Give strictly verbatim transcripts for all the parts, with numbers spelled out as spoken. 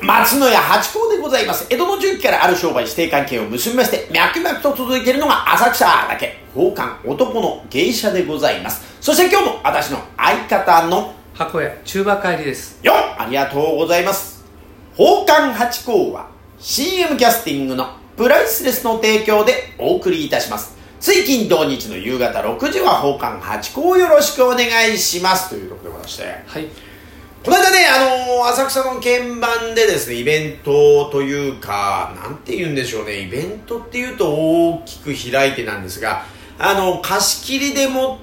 松野屋八甲でございます。江戸の中期からある商売指定関係を結びまして、脈々と続いているのが浅草だけ、宝冠男の芸者でございます。そして今日も私の相方の箱屋中馬帰りですよ。ありがとうございます。宝冠八甲は シーエム キャスティングのプライスレスの提供でお送りいたします。水金土日の夕方ろくじは宝冠八甲をよろしくお願いしますというところでございまして、 はい、 この間ね、あのー、浅草の鍵盤でですね、イベントというか、なんて言うんでしょうね、イベントっていうと大きく開いてなんですが、あの、貸し切りでもって、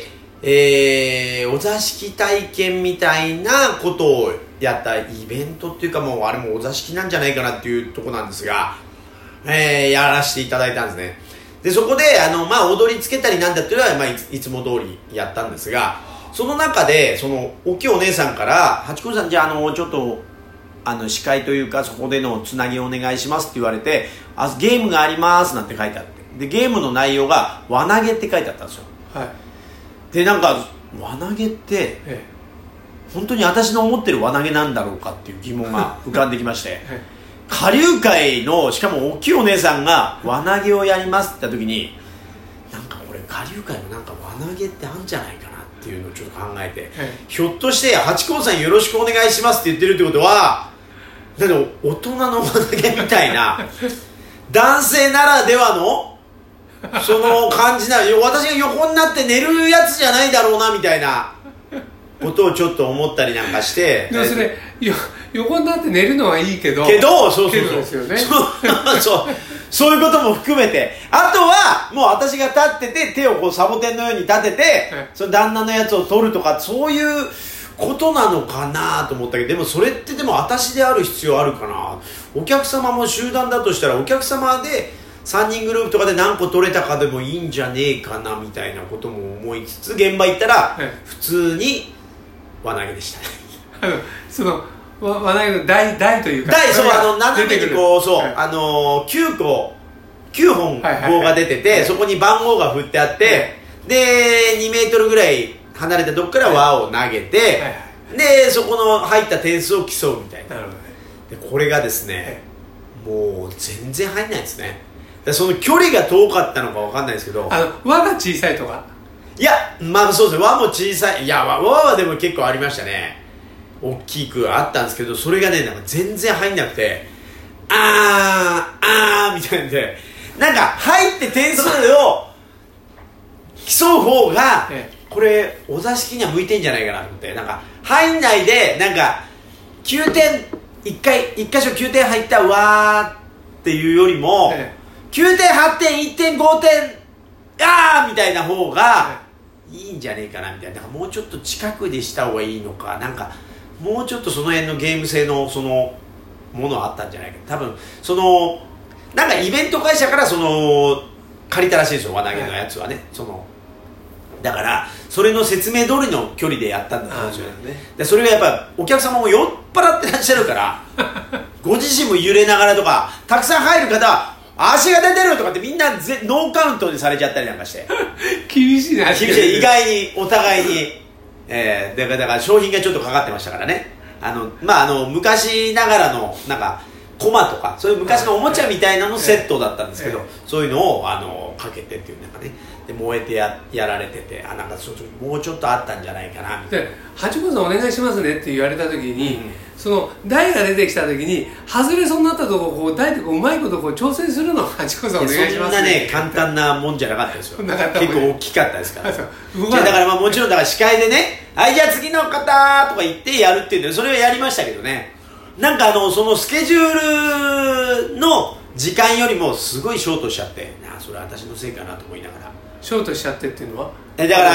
えー、お座敷体験みたいなことをやったイベントっていうか、もうあれもお座敷なんじゃないかなっていうとこなんですが、えー、やらせていただいたんですね。で、そこで、あの、まあ、踊りつけたりなんだっていうのは、まあ、いつ、いつも通りやったんですが、その中でその大きいお姉さんから八甲さん、じゃあ、あのちょっとあの司会というかそこでのつなぎをお願いしますって言われて、あゲームがありますなんて書いてあって、でゲームの内容が輪投げって書いてあったんですよ、はい、でなんか輪投げって、ええ、本当に私の思ってる輪投げなんだろうかっていう疑問が浮かんできまして、はい、下流会のしかも大きいお姉さんが輪投げをやりますって言った時に、なんかこれ下流会のなんか輪投げってあるんじゃないかなっていうのをちょっと考えて、はい、ひょっとして八甲さんよろしくお願いしますって言ってるってことは、なんか大人の輪投げみたいな男性ならではのその感じな、私が横になって寝るやつじゃないだろうなみたいなことをちょっと思ったりなんかして、 でもそれよ横になって寝るのはいいけどけどそうそうそうですよね、 そうそうそういうことも含めて、あとはもう私が立ってて手をこうサボテンのように立てて、その旦那のやつを取るとか、そういうことなのかなと思ったけど、でもそれってでも私である必要あるかな。お客様も集団だとしたらお客様でさんにんグループとかで何個取れたかでもいいんじゃねえかなみたいなことも思いつつ、現場行ったら普通に輪投げでしたね。 あのその輪投げの台台というか台、そう、あの斜めにこう、そう、はい、あのきゅうこきゅうほん棒が出てて、はいはいはい、そこに番号が振ってあって、はい、でにメートルぐらい離れたとこから輪を投げて、はいはいはい、でそこの入った点数を競うみたいな。なるほどね。でこれがですね、はい、もう全然入んないですね。でその距離が遠かったのか分かんないですけど、 あの輪が小さいとか、 いや、まあそうですね、輪も小さい、いや輪はでも結構ありましたね。大きくあったんですけど、それがね、なんか全然入んなくて、あーあーみたいなんで、なんか入って点数を競う方がこれお座敷には向いてんじゃないかなと思って、なんか入んないで、なんかきゅうてんいっかいいっ箇所きゅうてん入ったわーっていうよりも、きゅうてんはってんいってんごてんあーみたいな方がいいんじゃねえかなみたいな。だからもうちょっと近くでした方がいいのか、なんかもうちょっとその辺のゲーム性のそのものあったんじゃないか。多分そのなんかイベント会社からその借りたらしいんですよ、輪投げのやつはね、はい、そのだからそれの説明通りの距離でやったんだと思うんですよね。でそれがやっぱお客様も酔っ払ってらっしゃるからご自身も揺れながらとか、たくさん入る方は足が出てるとかってみんなぜノーカウントでされちゃったりなんかして厳しいな、 厳しい、意外にお互いにえー、だからだから商品がちょっとかかってましたからね。あの、まあ、あの昔ながらのなんかコマとかそういう昔のおもちゃみたいなのセットだったんですけど、えーえー、そういうのをあのかけてっていうなんかね、で燃えて や, やられてて、あなんかちょっともうちょっとあったんじゃないかなみたいな。 八甲さんお願いしますねって言われた時に、うん、その台が出てきた時に外れそうになったところこう台でこううまいことこう調整するのを八甲さんお願いしますね。 そんなね簡単なもんじゃなかったですよ。結構大きかったですから。だからまあもちろんだから司会でね、はいじゃあ次の方とか言ってやるっていうんで、それはやりましたけどね、なんかあのそのスケジュールの時間よりもすごいショートしちゃって、なあそれは私のせいかなと思いながら。 ショートしちゃってっていうのはだから、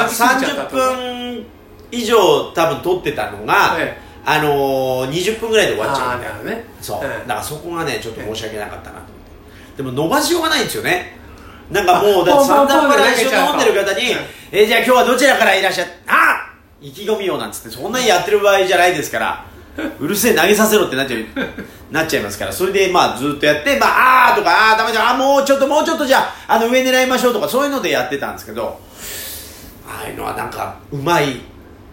ま、さんじゅっぷん以上多分撮ってたのが、ええ、あのー、にじゅっぷんぐらいで終わっちゃうみたいな、ね、そう、ええ、だからそこがねちょっと申し訳なかったなと思って、ええ、でも伸ばしようがないんですよね。なんかもうだって散々から一緒に飲んでる方に、えー、じゃあ今日はどちらからいらっしゃって、あ意気込みようなんつってそんなにやってる場合じゃないですからうるせえ投げさせろってなっちゃうなっちゃいますから、それでまあずっとやって、まああーとかあーダメだ、あーもうちょっともうちょっとじゃああの上狙いましょうとかそういうのでやってたんですけど、ああいうのはなんかうまい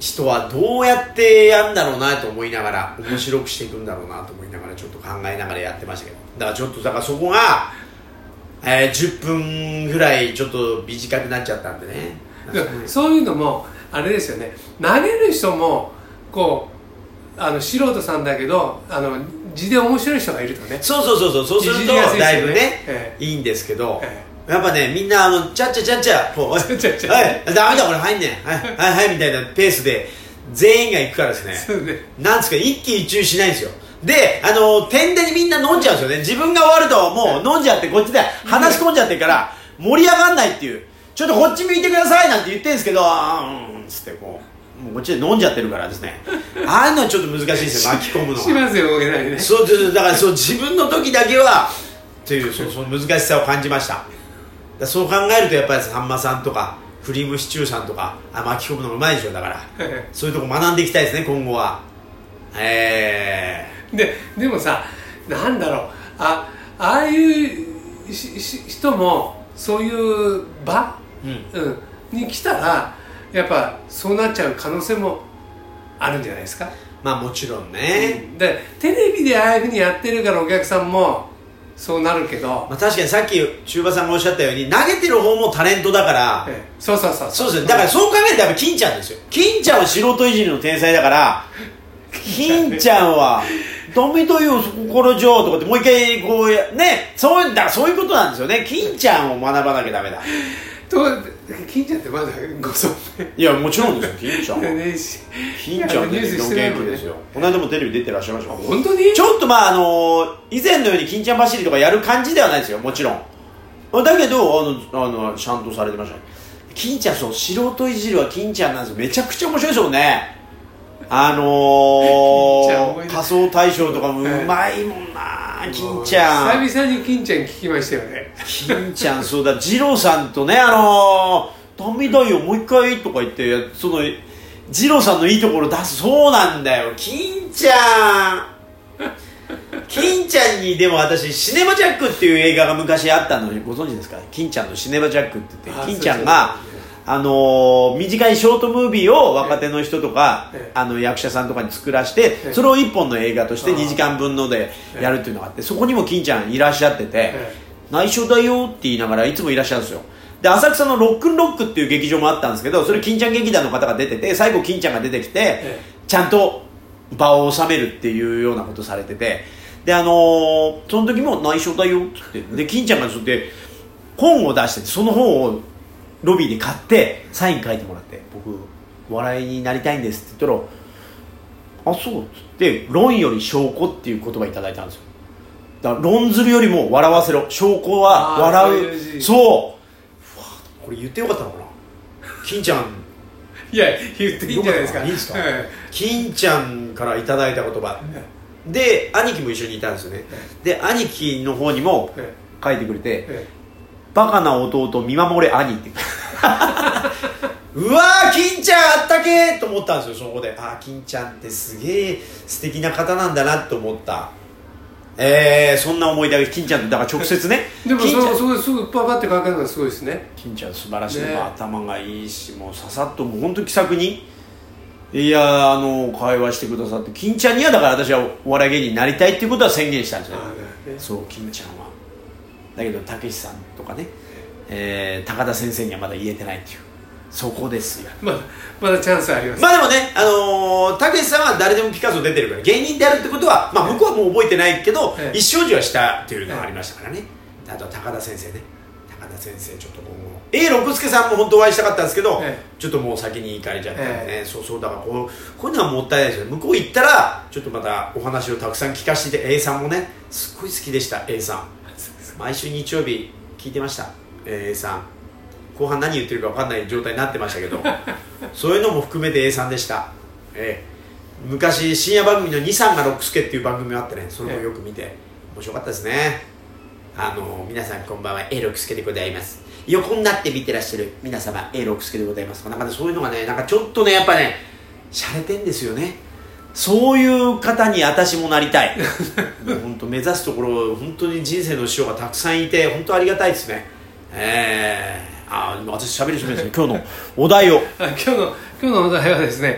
人はどうやってやるんだろうなと思いながら、面白くしていくんだろうなと思いながらちょっと考えながらやってましたけど、だからちょっとだからそこが、えー、じゅっぷんぐらいちょっと短くなっちゃったんでね。 そういうのもあれですよね、投げる人もこうあの素人さんだけどあの字で面白い人がいるとね、 そうそうそうそう、そうするとだいぶね、ええ、いいんですけど、ええ、やっぱねみんなあのちゃっちゃちゃっちゃこうはいダメだこれ入んねんはいはいはいみたいなペースで全員が行くからですね、そうね、なんですか一喜一憂しないんですよ。であの点でにみんな飲んじゃうんですよね。自分が終わるともう飲んじゃってこっちで話し込んじゃってるから盛り上がんないっていう、ちょっとこっち向いてくださいなんて言ってるんですけど、あーうんっつってこうもうこっちで飲んじゃってるからですね、ああいうのはちょっと難しいですよ巻き込むのは。 しますよ、動けないね。 そうそう、だからそう自分の時だけはっていう そ, その難しさを感じました。だそう考えるとやっぱりさんまさんとかクリームシチューさんとかあ巻き込むのがうまいでしょ。だからそういうとこ学んでいきたいですね今後は。えー、で, でもさなんだろう あ, ああいう人もそういう場、うんうん、に来たらやっぱそうなっちゃう可能性もあるんじゃないですか。 まあもちろんね、 うん、でテレビでああいうふうにやってるからお客さんもそうなるけど、 まあ、確かにさっき中馬さんがおっしゃったように投げてる方もタレントだから、 ええ、そうそうそうそうですね。だからそう考えるとやっぱ金ちゃんですよ。金ちゃんは素人いじりの天才だから金ちゃんはダメだよそこからじゃあとかってもう一回こうやね、そうだそういうことなんですよね。金ちゃんを学ばなきゃダメだと金ちゃんってまだご存命？ いやもちろんですよ金ちゃんは金ちゃんって元気ですよ。この間もテレビ出てらっしゃいました。 本当にちょっとまああの以前のように金ちゃん走りとかやる感じではないですよもちろん。だけどあのあのちゃんとされてましたね。金ちゃんそう素人いじりは金ちゃんなんですよ。めちゃくちゃ面白いですもんね。あのー、仮装大賞とかもうまいもんな、はい、金ちゃん久々に金ちゃん聞きましたよね。 金ちゃんそうだ二郎さんとねあのー、ダメだよもう一回とか言ってその二郎さんのいいところ出す。そうなんだよ金ちゃん金ちゃんにでも私シネマジャックっていう映画が昔あったのご存知ですか。金ちゃんのシネマジャックって言って金ちゃんがあのー、短いショートムービーを若手の人とか、ええ、あの役者さんとかに作らして、ええ、それをいっぽんの映画としてにじかんぶんのでやるっていうのがあって、ええ、そこにも金ちゃんいらっしゃってて、ええ、内緒だよって言いながらいつもいらっしゃるんですよ。で浅草のロックンロックっていう劇場もあったんですけど、それ金ちゃん劇団の方が出てて最後金ちゃんが出てきて、ええ、ちゃんと場を収めるっていうようなことされてて、であのー、その時も内緒だよって言ってで金ちゃんがそうやって本を出しててその本をロビーで買ってサイン書いてもらって、僕お笑いになりたいんですって言ったらあそうっつって論より証拠っていう言葉いただいたんですよ。だから論ずるよりも笑わせろ、証拠は笑う。そういうそうこれ言ってよかったのかな金ちゃんいや言っていいんじゃないですか。 いいですか、はい、金ちゃんからいただいた言葉で兄貴も一緒にいたんですよね。で兄貴の方にも書いてくれてバカな弟見守れ兄ってうわー金ちゃんあったけーと思ったんですよそこで。あー金ちゃんってすげえ素敵な方なんだなと思った。えー、そんな思い出が金ちゃんってだから直接ねでもそうすごいすぐパパって書けるのがすごいですね。 金ちゃん素晴らしい、ね、頭がいいしもうささっともう本当に気さくにいやあの会話してくださって、金ちゃんにはだから私はお笑い芸人になりたいっていうことは宣言したんですよ、ね、そう金ちゃんは。だけどたけしさんとかね、えー、高田先生にはまだ言えてないっていうそこですよ。 まだまだチャンスあります。 まあでもねあのー、たけしさんは誰でもピカソ出てるから芸人であるってことは、まあ、向こうはもう覚えてないけど、ええ、一生児はしたっていうのがありましたからね、ええ、あと高田先生ね高田先生ちょっと今後 A 六輔さんも本当お会いしたかったんですけど、ええ、ちょっともう先に行かれちゃったんでね、ええ、そうそうだからこうこういうのはもったいないですよね。向こう行ったらちょっとまたお話をたくさん聞かせて A さんもねすっごい好きでした。 A さん毎週日曜日聞いてました。 A さん後半何言ってるか分かんない状態になってましたけどそういうのも含めて A さんでした、えー、昔深夜番組のにさんが六輔っていう番組があってねそれもよく見て面白かったですね。あの皆さんこんばんは A 六輔でございます。横になって見てらっしゃる皆様 A 六輔でございます。なんかねそういうのがねなんかちょっとねやっぱね洒落てんですよね。そういう方に私もなりたい本当目指すところ本当に人生の師匠がたくさんいて本当ありがたいですね。えーあ私喋りしめですね今日のお題を今日の今日のお題はですね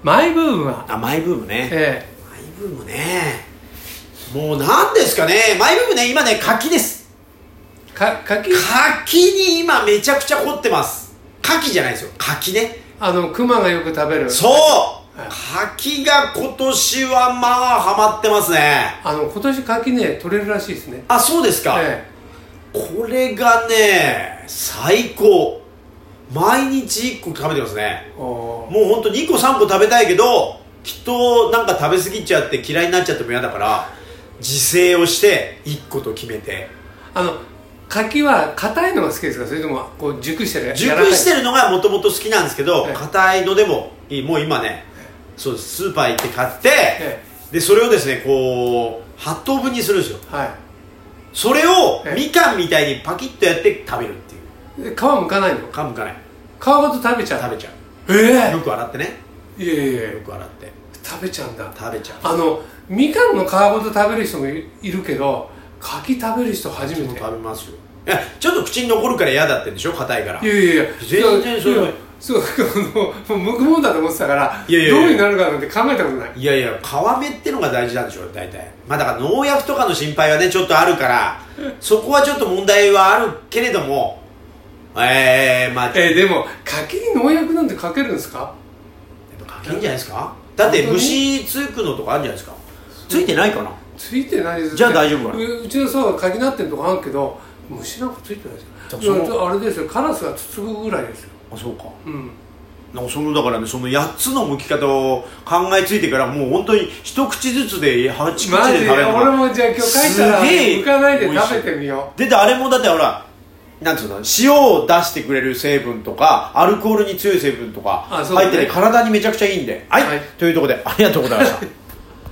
マイブームはあ、マイブームね、 ええ、 マイブームね、もうなんですかね、マイブームね、今ね、柿です。 か柿柿に今めちゃくちゃ凝ってます。柿じゃないですよ、柿ね。 あのクマがよく食べる、 そう、 はい、 柿が今年はまあハマってますね。 あの今年柿ね取れるらしいですね。 あ、そうですか、 ええ、これがね最高。毎日いっこ食べてますね。もうほんとにこさんこ食べたいけど、きっとなんか食べ過ぎちゃって嫌いになっちゃっても嫌だから、自制をしていっこと決めて。 あの柿は硬いのが好きですか、それともこう熟してる、 熟してるのがもともと好きなんですけど、硬いのでもいい。もう今ね、そうです、スーパー行って買って、でそれをですねこうはっとうぶんにするんですよ、はい、それをみかんみたいにパキッとやって食べるっていう。 皮むかないの？ 皮むかない、 皮ごと食べちゃう。 食べちゃう。 ええー、 よく洗ってね。 いやいやよく洗って食べちゃうんだ。 食べちゃう。 あのみかんの皮ごと食べる人もいるけど、柿食べる人初めて。 食べますよ。いや、ちょっと口に残るから嫌だってんでしょ、硬いから。 いやいやいや、 全然そういうそう、あのむくもんだと思ってたから、 いやいやいや、 どうになるかなんて考えたことない。 いやいや、皮目ってのが大事なんでしょ大体。まあだから農薬とかの心配はねちょっとあるから、そこはちょっと問題はあるけれども、えー、まあえー、でも柿に農薬なんてかけるんですか？やっぱかけるんじゃないですか。だって虫つくのとかあるんじゃないですか。ついてないかな。 ついてないです。 じゃあ大丈夫かな。 う, うちのそう柿なってるとこあるけど、虫なんかついてないですよ。いや、あれですよ、カラスがつつくぐらいですよ。 あ、そうか。 うん。 なんかそのだからね、そのやっつの剥き方を考えついてからもう本当に一口ずつではち口で食べるの。 マジ、俺もじゃあ今日帰ったら剥かないで食べてみよう。 で、あれもだってほら、なんつうの、塩を出してくれる成分とかアルコールに強い成分とか入ってね、体にめちゃくちゃいいんで、はい、はい、というところでありがとうございました。